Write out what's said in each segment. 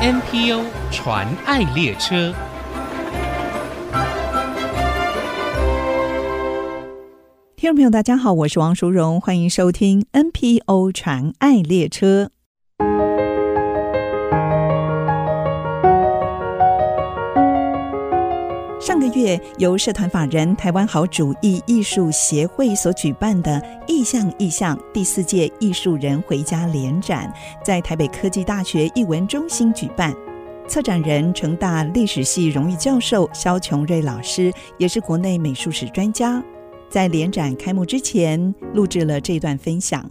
NPO 传爱列车。 听众朋友大家好，我是王淑荣，欢迎收听 NPO 传爱列车。上个月由社团法人台湾好主意艺术协会所举办的意象第4届艺术人回家联展，在台北科技大学艺文中心举办。策展人成大历史系荣誉教授萧琼瑞老师，也是国内美术史专家，在联展开幕之前录制了这段分享。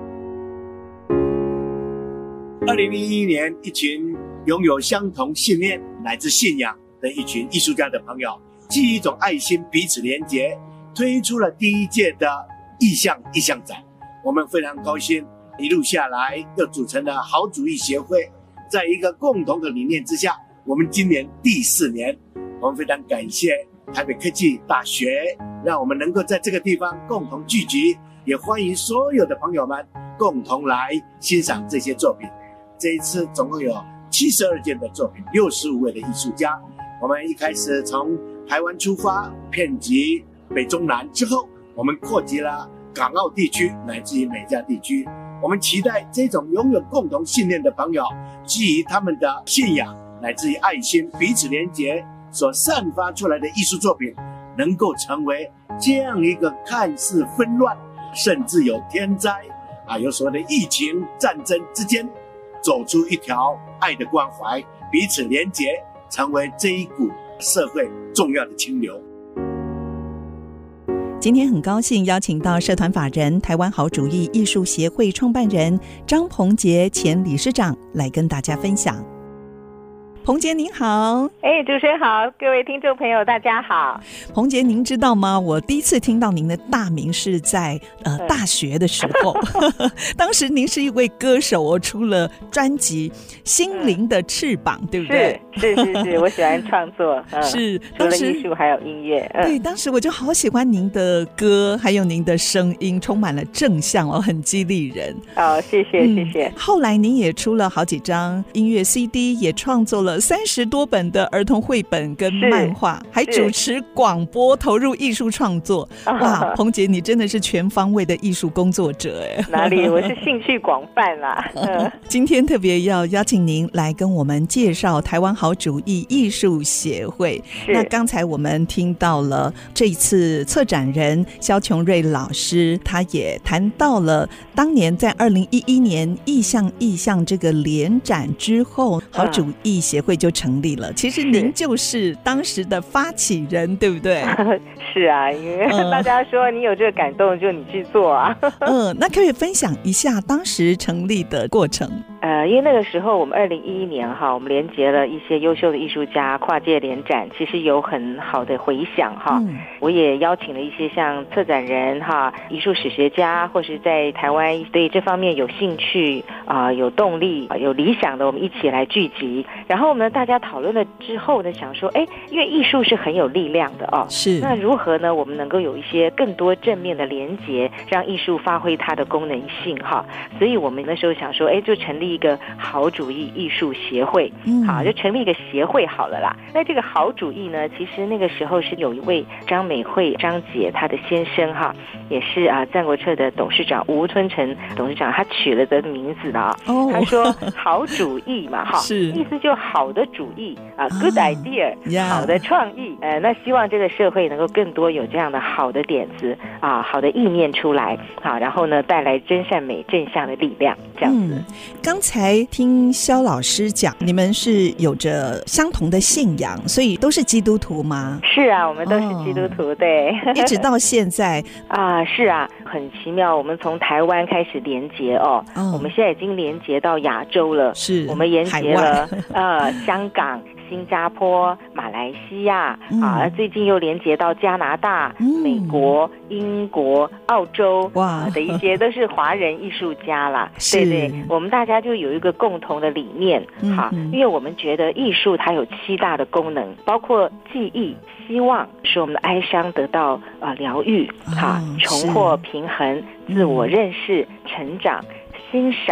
2011年，一群拥有相同信念乃至信仰的一群艺术家的朋友，基于一种爱心彼此连结，推出了第1届的意象展。我们非常高兴，一路下来又组成了好主意协会，在一个共同的理念之下，我们今年第4年，我们非常感谢台北科技大学，让我们能够在这个地方共同聚集，也欢迎所有的朋友们共同来欣赏这些作品。这一次总共有72件的作品，65位的艺术家。我们一开始从台湾出发，遍及北中南，之后我们扩及了港澳地区乃至于美加地区。我们期待这种拥有共同信念的朋友，基于他们的信仰乃至于爱心彼此连结所散发出来的艺术作品，能够成为这样一个看似纷乱甚至有天灾有所谓的疫情战争之间，走出一条爱的关怀，彼此连结，成为这一股社会重要的清流。 今天很高兴邀请到社团法人台湾好主意艺术协会创办人张鹏杰前理事长来跟大家分享。鹏杰您好。 主持人好，各位听众朋友大家好。 鹏杰您知道吗，我第一次听到您的大名是在大学的时候当时您是一位歌手出了专辑心灵的翅膀对不对？ 是我喜欢创作是除了艺术还有音乐对，当时我就好喜欢您的歌还有您的声音，充满了正向很激励人谢谢后来您也出了好几张音乐 CD， 也创作了30多本的儿童绘本跟漫画，还主持广播，投入艺术创作哇，鹏杰你真的是全方位的艺术工作者哪里，我是兴趣广泛啦今天特别要邀请您来跟我们介绍台湾好主意艺术协会。那刚才我们听到了这一次策展人萧琼瑞老师，他也谈到了当年在2011年意象这个联展之后，好主意协会就成立了。其实您就是当时的发起人对不对？ 是啊，因为大家说你有这个感动就你去做那可以分享一下当时成立的过程。 因为那个时候我们2011年我们连结了一些优秀的艺术家跨界联展，其实有很好的回响我也邀请了一些像策展人艺术史学家，或是在台湾对这方面有兴趣有动力有理想的，我们一起来聚集。然后呢大家讨论了之后呢，想说因为艺术是很有力量的是那如何呢我们能够有一些更多正面的连结，让艺术发挥它的功能性所以我们那时候想说就成立一个好主意艺术协会就成立一个协会好了啦。那这个好主意呢，其实那个时候是有一位张美惠张姐，她的先生也是赞国策的董事长吴吞成董事长，他取了的名字的他说好主意嘛是意思就好的主意good idea 好的创意那希望这个社会能够更多有这样的好的点子好的意念出来然后呢带来真善美正向的力量这样子刚才听萧老师讲你们是有着相同的信仰，所以都是基督徒吗？ 是啊，我们都是基督徒对一直到现在是啊，很奇妙，我们从台湾开始连结我们现在已经连结到亚洲了， 是我们连结了香港新加坡、马来西亚最近又连接到加拿大、美国、英国、澳洲的一些都是华人艺术家啦。对，我们大家就有一个共同的理念因为我们觉得艺术它有7大的功能，包括记忆、希望，使我们的哀伤得到疗愈重获平衡、自我认识、成长、欣赏，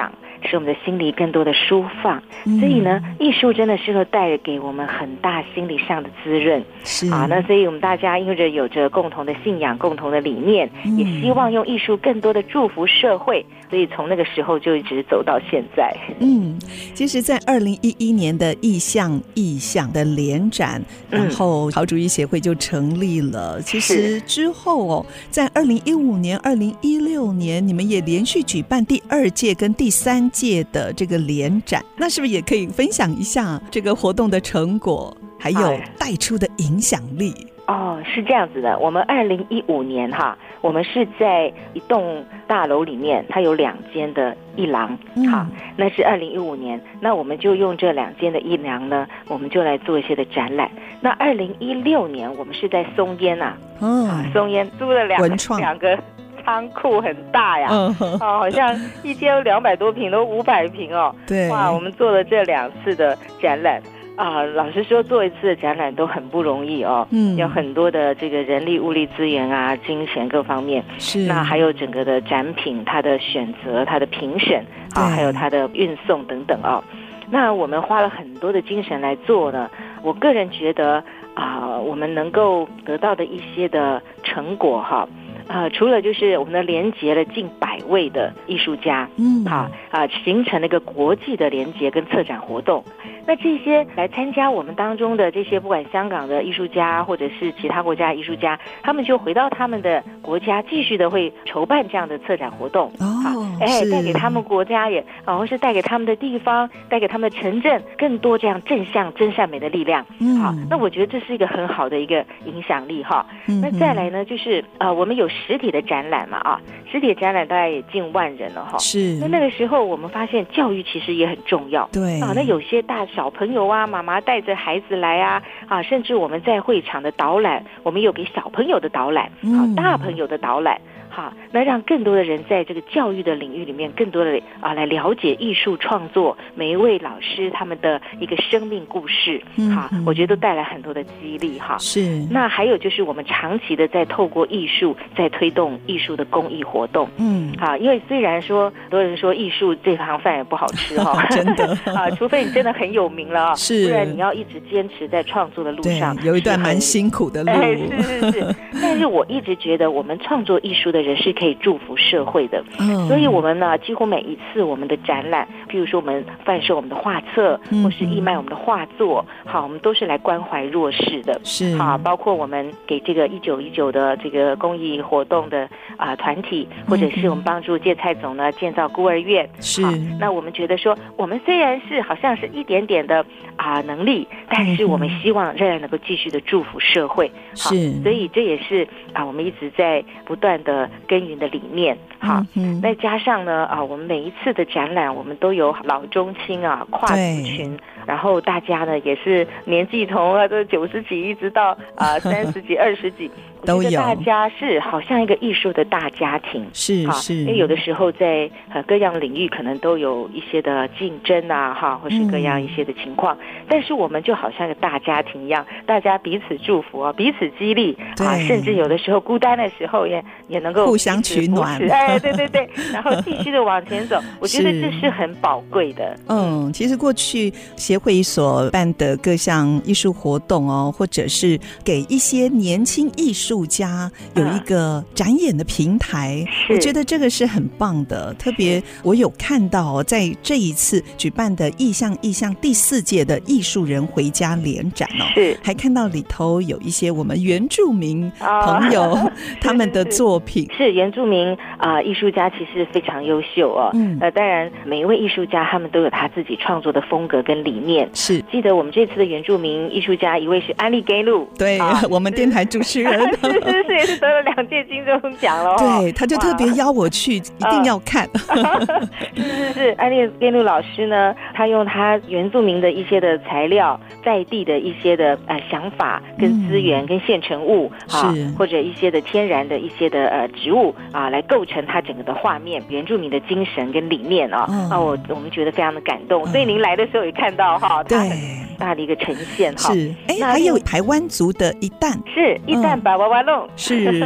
使我们的心里更多的舒放。所以呢，艺术真的是会带给我们很大心理上的滋润。 是那所以我们大家因为有着共同的信仰、共同的理念，也希望用艺术更多的祝福社会。所以从那个时候就一直走到现在。 其实在2011年的意象的联展，然后好主意协会就成立了。其实之后在2015年、2016年，你们也连续举办第2届跟第3届的这个联展，那是不是也可以分享一下这个活动的成果，还有带出的影响力？ 是这样子的。我们2015年我们是在一栋大楼里面，它有2间的艺廊，那是2015年。那我们就用这2间的艺廊呢，我们就来做一些的展览。那2016年我们是在松烟松烟租了两个仓库，很大呀，好像一间有200多坪，都500坪对， 哇，我们做了这2次的展览。老实说，做一次的展览都很不容易有很多的这个人力、物力资源啊、金钱各方面。 是， 那还有整个的展品、它的选择、它的评审还有它的运送等等那我们花了很多的精神来做呢。我个人觉得我们能够得到的一些的成果除了就是我们连结了近100位的艺术家，形成了一个国际的连结跟策展活动。那这些来参加我们当中的这些，不管香港的艺术家或者是其他国家的艺术家，他们就回到他们的国家，继续的会筹办这样的策展活动。带给他们国家也或是带给他们的地方，带给他们的城镇更多这样正向真善美的力量。那我觉得这是一个很好的一个影响力那再来呢，就是我们有实体的展览嘛实体的展览大概也近万人了是。 那个时候我们发现教育其实也很重要。 对那有些小朋友妈妈带着孩子来甚至我们在会场的导览，我们有给小朋友的导览大朋友的导览那让更多的人在这个教育的领域里面更多的来了解艺术创作，每一位老师他们的一个生命故事我觉得都带来很多的激励是。 那还有就是我们长期的在透过艺术在推动艺术的公益活动因为虽然说很多人说艺术这行饭也不好吃真的除非你真的很有名了是， 不然你要一直坚持在创作的路上， 有一段蛮辛苦的路是但是我一直觉得我们创作艺术的人是可以祝福社会的所以我们呢几乎每一次我们的展览，譬如说我们贩售我们的画册或是义卖我们的画作我们都是来关怀弱势的是包括我们给这个1919的这个公益活动的团体，或者是我们帮助芥菜总呢建造孤儿院是。 那我们觉得说我们虽然是好像是一点点的能力，但是我们希望仍然能够继续的祝福社会是。 所以这也是我们一直在不断的耕耘的理念再加上呢我们每一次的展览我们都有老中青跨族群，然后大家呢也是年纪从都90几一直到30几20几都有， 大家是好像一个艺术的大家庭是因为有的时候在各样领域可能都有一些的竞争或是各样一些的情况但是我们就好像一个大家庭一样，大家彼此祝福彼此激励甚至有的时候孤单的时候也能够互相取暖对然后继续的往前走我觉得这是很宝贵的其实过去协会所办的各项艺术活动或者是给一些年轻艺术家有一个展演的平台我觉得这个是很棒的。特别我有看到在这一次举办的意象第4届的艺术人回家联展是还看到里头有一些我们原住民朋友他们的作品是原住民艺术家其实非常优秀当然每一位艺术家他们都有他自己创作的风格跟理念是。 记得我们这次的原住民艺术家一位是安利给路对我们电台主持人是也是得了2届金钟奖了对他就特别邀我去一定要看是安利给路老师呢他用他原住民的一些的材料在地的一些的想法跟资源跟现成物或者一些的天然的一些的植物来构成他整个的画面原住民的精神跟理念我们觉得非常的感动所以您来的时候也看到他很大的一个呈现是还有台湾族的一担是一担把娃娃弄是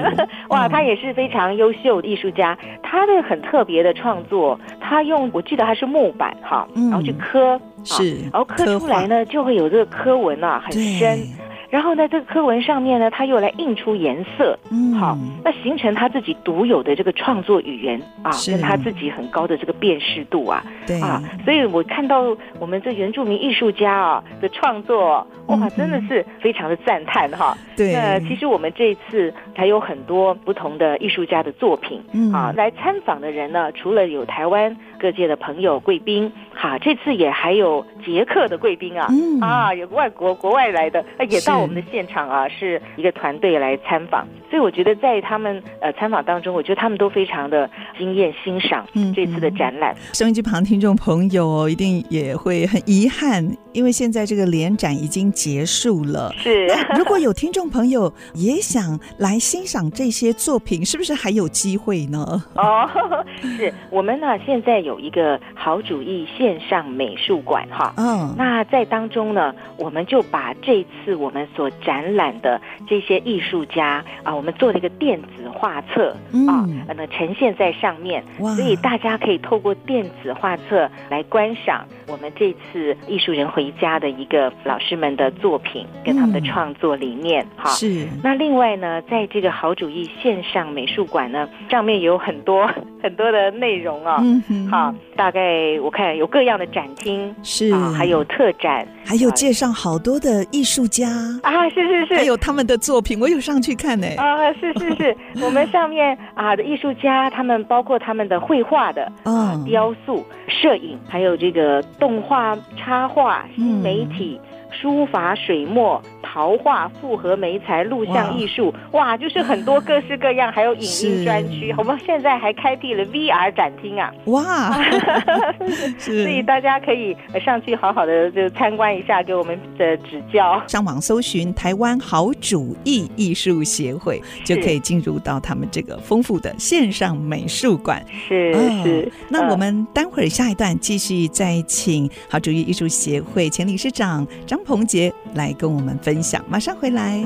哇，他也是非常优秀的艺术家，他的很特别的创作，他用我记得他是木板哈，然后去刻， 是， 然后刻出来呢就会有这个刻纹啊，很深。然后呢，这个刻纹上面呢，他又来印出颜色，好，那形成他自己独有的这个创作语言啊，跟他自己很高的这个辨识度啊， 对啊， 所以我看到我们这原住民艺术家啊的创作，哇，真的是非常的赞叹哈。 对， 其实我们这一次还有很多不同的艺术家的作品，来参访的人呢，除了有台湾各界的朋友贵宾，这次也还有捷克的贵宾啊，有国外来的，也到我们的现场啊，是一个团队来参访，所以我觉得在他们参访当中，我觉得他们都非常的惊艳欣赏这次的展览。 收音机旁听众朋友一定也会很遗憾，因为现在这个联展已经结束了。 是， 如果有听众朋友也想来欣赏这些作品，是不是还有机会呢？ 是我们呢现在有一个好主意线上美术馆哈，那在当中呢，我们就把这次我们所展览的这些艺术家我们做了一个电子画册呈现在上面，所以大家可以透过电子画册来观赏我们这次艺术人回家的一个老师们的作品跟他们的创作理念是。 那另外呢，在这个好主意线上美术馆呢，上面有很多的内容大概我看有各样的展厅， 是还有特展， 还有介绍好多的艺术家是，还有他们的作品，我有上去看是我们上面的艺术家，他们包括他们的绘画的雕塑、摄影，还有这个动画、插画、新媒体、书法、水墨、陶画、复合媒材、录像艺术，哇，就是很多各式各样，还有影音专区。我们现在还开辟了 VR 展厅哇， 所以大家可以上去好好的就参观一下，给我们的指教。 上网搜寻台湾好主意艺术协会，就可以进入到他们这个丰富的线上美术馆。 是。那我们待会儿下一段继续再请好主意艺术协会前理事长张鹏杰来跟我们分享，马上回来。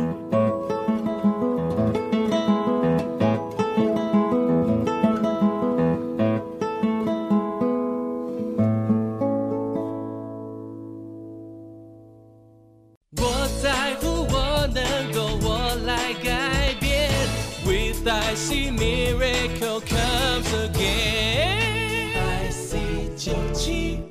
我在乎，我能够，我来改变。With I see miracle comes again. I see 975。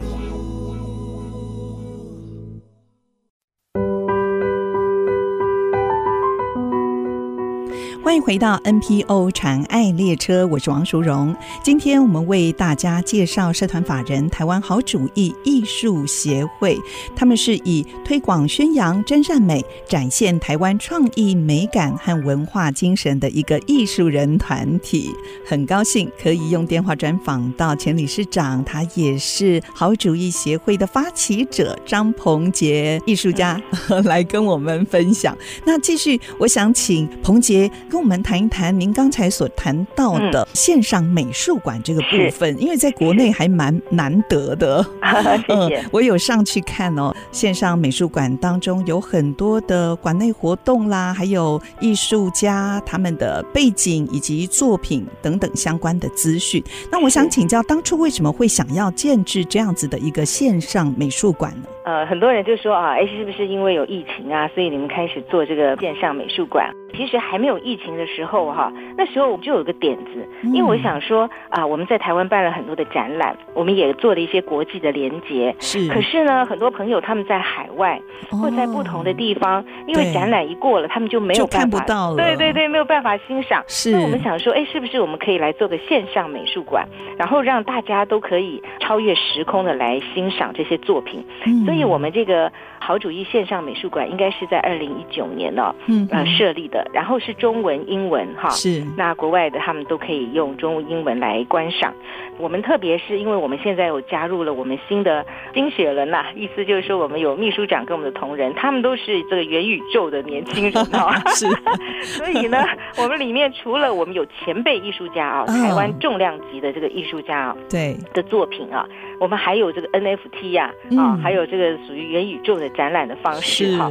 欢迎回到 NPO 传爱列车，我是王淑荣。今天我们为大家介绍社团法人台湾好主意艺术协会，他们是以推广宣扬真善美，展现台湾创意美感和文化精神的一个艺术人团体。很高兴可以用电话专访到前理事长，他也是好主意协会的发起者张鹏杰艺术家来跟我们分享。那继续我想请鹏杰跟我们谈一谈您刚才所谈到的线上美术馆这个部分，因为在国内还蛮难得的。 谢谢。 我有上去看线上美术馆当中有很多的馆内活动啦，还有艺术家他们的背景以及作品等等相关的资讯。那我想请教，当初为什么会想要建制这样子的一个线上美术馆呢？ 很多人就说是不是因为有疫情所以你们开始做这个线上美术馆？其实还没有疫情的时候那时候我就有个点子，因为我想说我们在台湾办了很多的展览，我们也做了一些国际的连结，可是呢，很多朋友他们在海外或在不同的地方，因为展览一过了，他们就没有办法，就看不到了，对，没有办法欣赏。那我们想说，是不是我们可以来做个线上美术馆，然后让大家都可以超越时空的来欣赏这些作品？所以我们这个好主意线上美术馆应该是在2019年设立的，然后是中文英文是， 那国外的他们都可以用中文英文来观赏。我们特别是因为我们现在有加入了我们新的精血人意思就是说我们有秘书长跟我们的同仁，他们都是这个元宇宙的年轻人是， 所以呢，我们里面除了我们有前辈艺术家台湾重量级的这个艺术家对的作品我们还有这个 NFT 还有这个属于元宇宙的展览的方式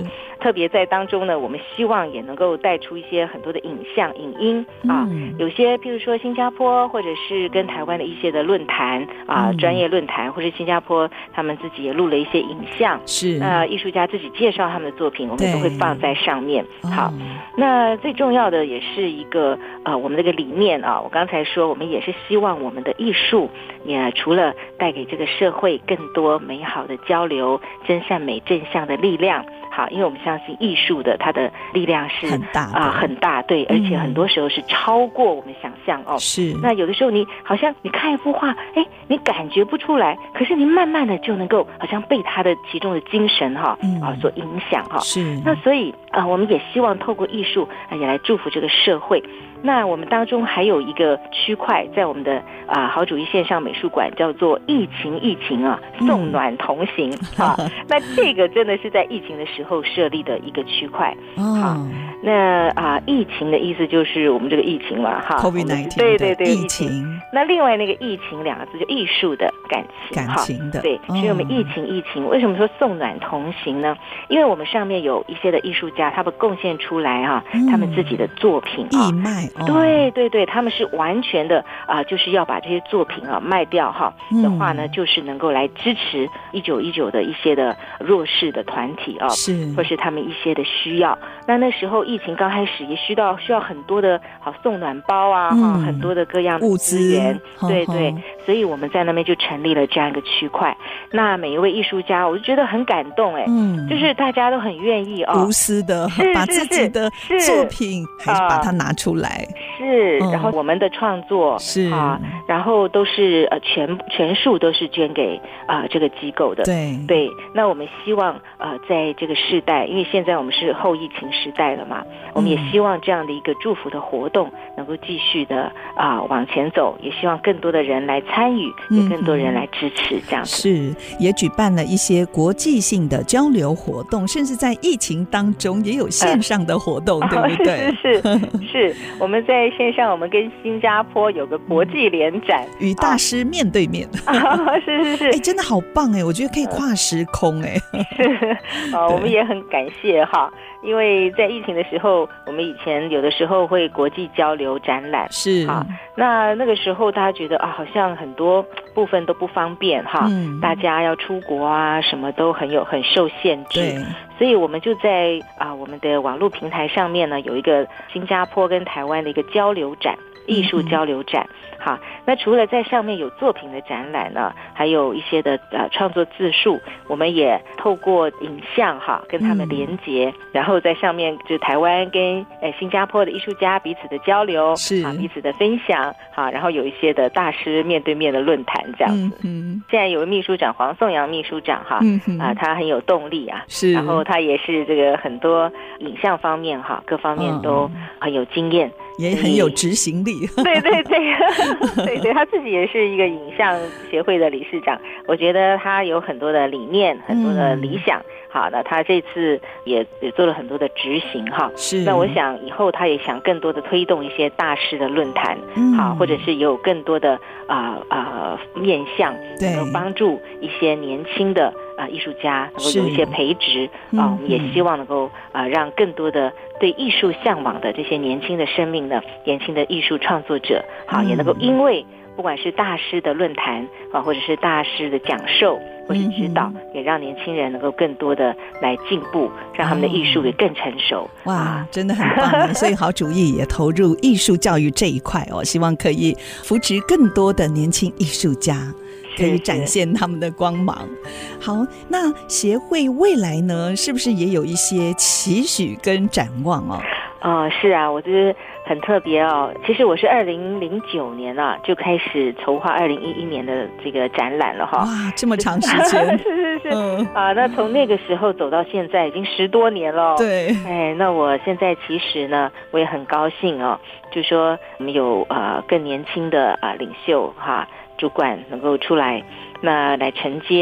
特别在当中呢，我们希望也能够带出一些很多的影像、影音啊，有些譬如说新加坡或者是跟台湾的一些的论坛啊，专业论坛，或者新加坡他们自己也录了一些影像， 是艺术家自己介绍他们的作品，我们都会放在上面。好，那最重要的也是一个我们这个理念啊，我刚才说我们也是希望我们的艺术也除了带给这个社会更多美好的交流、真善美、正向的力量。好，因为我们相信艺术的它的力量是很大很大，对，而且很多时候是超过我们想象哦。 是， 那有的时候你好像你看一幅画，你感觉不出来，可是你慢慢的就能够好像被它的其中的精神所影响哈。 是， 那所以我们也希望透过艺术也来祝福这个社会。那我们当中还有一个区块在我们的好主意线上美术馆，叫做疫情啊，送暖同行啊。那这个真的是在疫情的时候设立的一个区块。好，那疫情的意思就是我们这个疫情嘛哈 ，COVID-19 对疫情。 那另外那个疫情两个字就艺术的感情的， 对，所以我们疫情为什么说送暖同行呢？因为我们上面有一些的艺术家，他们贡献出来他们自己的作品义卖。 对，他们是完全的就是要把这些作品卖掉的话呢，就是能够来支持1919的一些的弱势的团体是， 或是他们一些的需要。那时候疫情刚开始也需要很多的送暖包很多的各样的资源，对，所以我们在那边就成立了这样一个区块。那每一位艺术家，我就觉得很感动就是大家都很愿意无私的把自己的作品还是把它拿出来。 是，然后我们的创作是然后都是全数都是捐给这个机构的。对，那我们希望在这个世代，因为现在我们是后疫情时代了嘛，我们也希望这样的一个祝福的活动能够继续的往前走，也希望更多的人来参与，也更多人来支持这样子。 是，也举办了一些国际性的交流活动，甚至在疫情当中也有线上的活动，对不对？ 是，我们在线上，我们跟新加坡有个国际联展， 与大师面对面。是，真的好棒我觉得可以跨时空是我们也很感谢因为在疫情的时候，我们以前有的时候会国际交流展览， 是那个时候大家觉得好像很多部分都不方便大家要出国什么都很受限制，所以我们就在我们的网络平台上面呢，有一个新加坡跟台湾的一个交流展，艺术交流展。好，那除了在上面有作品的展览呢，还有一些的创作自述，我们也透过影像跟他们连结，然后在上面就台湾跟新加坡的艺术家彼此的交流， 是彼此的分享，然后有一些的大师面对面的论坛这样子。现在有位秘书长黄颂阳秘书长他很有动力是， 然后他也是这个很多影像方面各方面都很有经验， 也很有执行力。 对，他自己也是一个影像协会的理事长，我觉得他有很多的理念，很多的理想。好，那他这次也做了很多的执行是。 那我想以后他也想更多的推动一些大师的论坛，或者是有更多的面向，能够帮助一些年轻的艺术家能够有一些培植我们也希望能够让更多的对艺术向往的这些年轻的生命呢，年轻的艺术创作者也能够因为不管是大师的论坛或者是大师的讲授或是指导，也让年轻人能够更多的来进步，让他们的艺术也更成熟。 哇，真的很棒所以好主意也投入艺术教育这一块希望可以扶持更多的年轻艺术家，可以展现他们的光芒。好，那协会未来呢，是不是也有一些期许跟展望是啊，我觉得很特别其实我是2009年就开始筹划2011年的这个展览了哇，这么长时间是那从那个时候走到现在已经10多年了。 对， 那我现在其实呢，我也很高兴就说我们有更年轻的领袖主管能够出来，那来承接。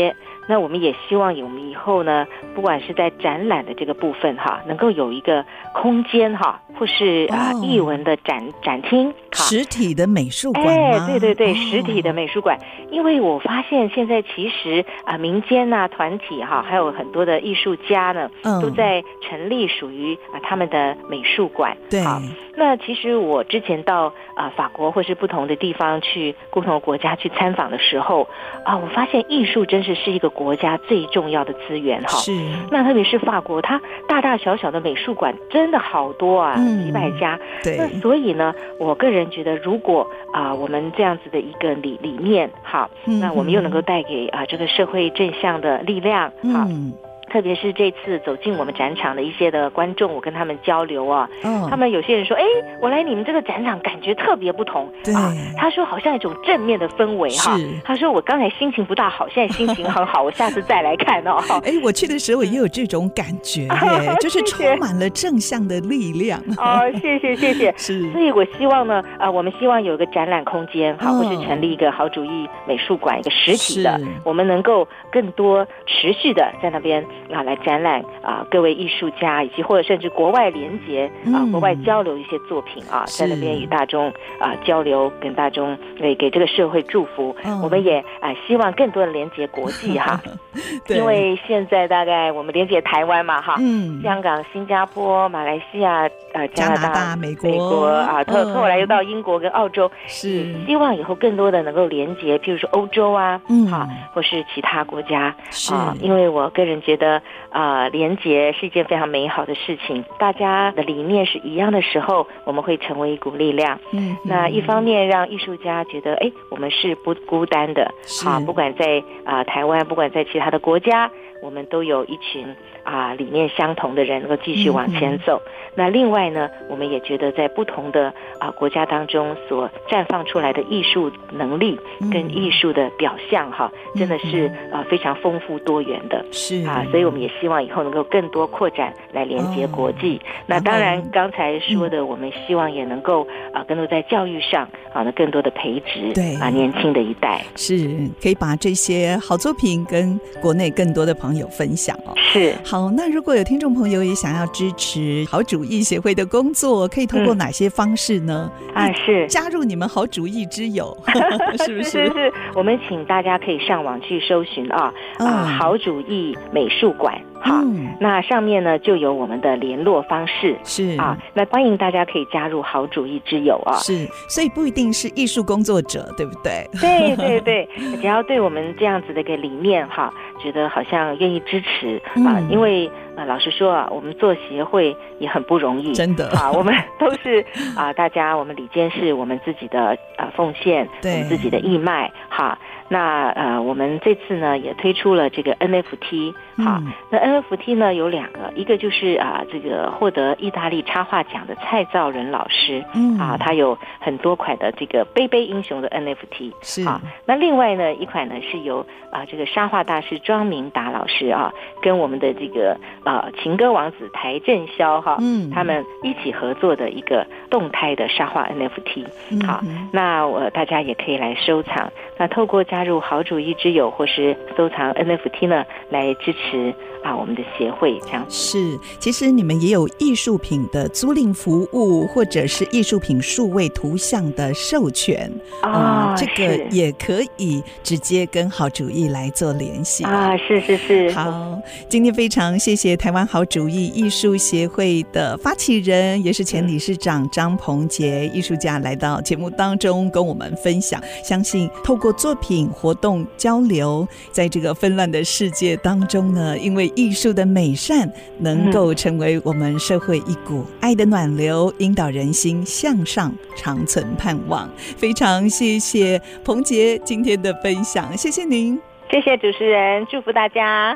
那我们也希望我们以后呢，不管是在展览的这个部分哈，能够有一个空间哈，或是艺文的展厅， 实体的美术馆吗？ 对对对，实体的美术馆。因为我发现现在其实民间团体哈，还有很多的艺术家呢，都在成立属于他们的美术馆。 对。 那其实我之前到法国或是不同的地方去不同的国家去参访的时候我发现艺术真是一个国家最重要的资源哈。 是。 那特别是法国，它大大小小的美术馆真的好多几百家。 对。 那所以呢，我个人觉得，如果我们这样子的一个理念好，那我们又能够带给这个社会正向的力量好。特别是这次走进我们展场的一些的观众，我跟他们交流他们有些人说，我来你们这个展场感觉特别不同他说好像一种正面的氛围他说我刚才心情不大好，现在心情很好，我下次再来看我去的时候也有这种感觉就是充满了正向的力量谢谢是。所以我希望呢我们希望有一个展览空间或是成立一个好主意美术馆，一个实体的，我们能够更多持续的在那边来展览各位艺术家，以及或者甚至国外连结国外交流一些作品在那边与大众交流，跟大众给这个社会祝福。我们也希望更多的连结国际因为现在大概我们连结台湾嘛香港、新加坡、马来西亚、加拿大、美国后来又到英国跟澳洲，是希望以后更多的能够连结，譬如说欧洲或是其他国家因为我个人觉得连结是一件非常美好的事情，大家的理念是一样的时候，我们会成为一股力量那一方面让艺术家觉得我们是不孤单的不管在台湾，不管在其他的国家，我们都有一群理念相同的人能够继续往前走那另外呢，我们也觉得在不同的国家当中所绽放出来的艺术能力跟艺术的表象真的是非常丰富多元的是所以我们也希望以后能够更多扩展来连接国际那当然刚才说的我们希望也能够更多在教育上那更多的培植对年轻的一代， 是可以把这些好作品跟国内更多的朋友分享是好，那如果有听众朋友也想要支持好主意协会的工作，可以透过哪些方式呢？ 是加入你们好主意之友是不是？ 是我们请大家可以上网去搜寻好主意美术馆那上面呢就有我们的联络方式是那欢迎大家可以加入好主意之友是，所以不一定是艺术工作者，对不对？ 对对对只要对我们这样子的一个理念觉得好像愿意支持因为老实说我们做协会也很不容易， 真的我们都是大家我们理监事我们自己的奉献， 对， 我们自己的义卖那我们这次呢也推出了这个 NFT 那 NFT 呢有两个，一个就是这个获得意大利插画奖的蔡兆仁老师他有很多款的这个杯杯英雄的 NFT 是那另外呢一款呢是由这个插画大师庄明达老师跟我们的这个情歌王子台正宵他们一起合作的一个动态的插画 NFT 那大家也可以来收藏，那透过加入好主意之友或是收藏 NFT 呢来支持我们的协会这样是，其实你们也有艺术品的租赁服务，或者是艺术品数位图像的授权这个也可以直接跟好主意来做联系是好，今天非常谢谢台湾好主意艺术协会的发起人也是前理事长张鹏杰艺术家来到节目当中跟我们分享，相信透过作品活动交流，在这个纷乱的世界当中呢，因为艺术的美善能够成为我们社会一股爱的暖流，引导人心向上，长存盼望。非常谢谢鹏杰今天的分享，谢谢您。 谢谢主持人，祝福大家。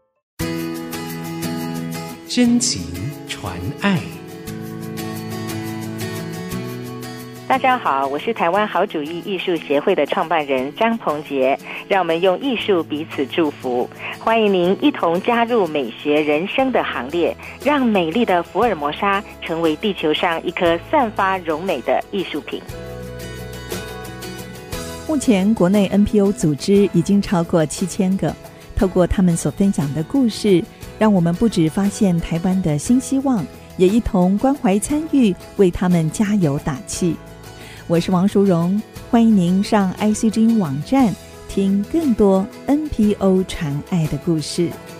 真情传爱。 大家好，我是台湾好主意艺术协会的创办人张鹏杰，让我们用艺术彼此祝福，欢迎您一同加入美学人生的行列，让美丽的福尔摩沙成为地球上一颗散发柔美的艺术品。 目前国内 NPO 组织已经超过7000个， 透过他们所分享的故事，让我们不只发现台湾的新希望，也一同关怀参与，为他们加油打气。我是王淑荣，欢迎您上 ICG 网站听更多 NPO 传爱的故事。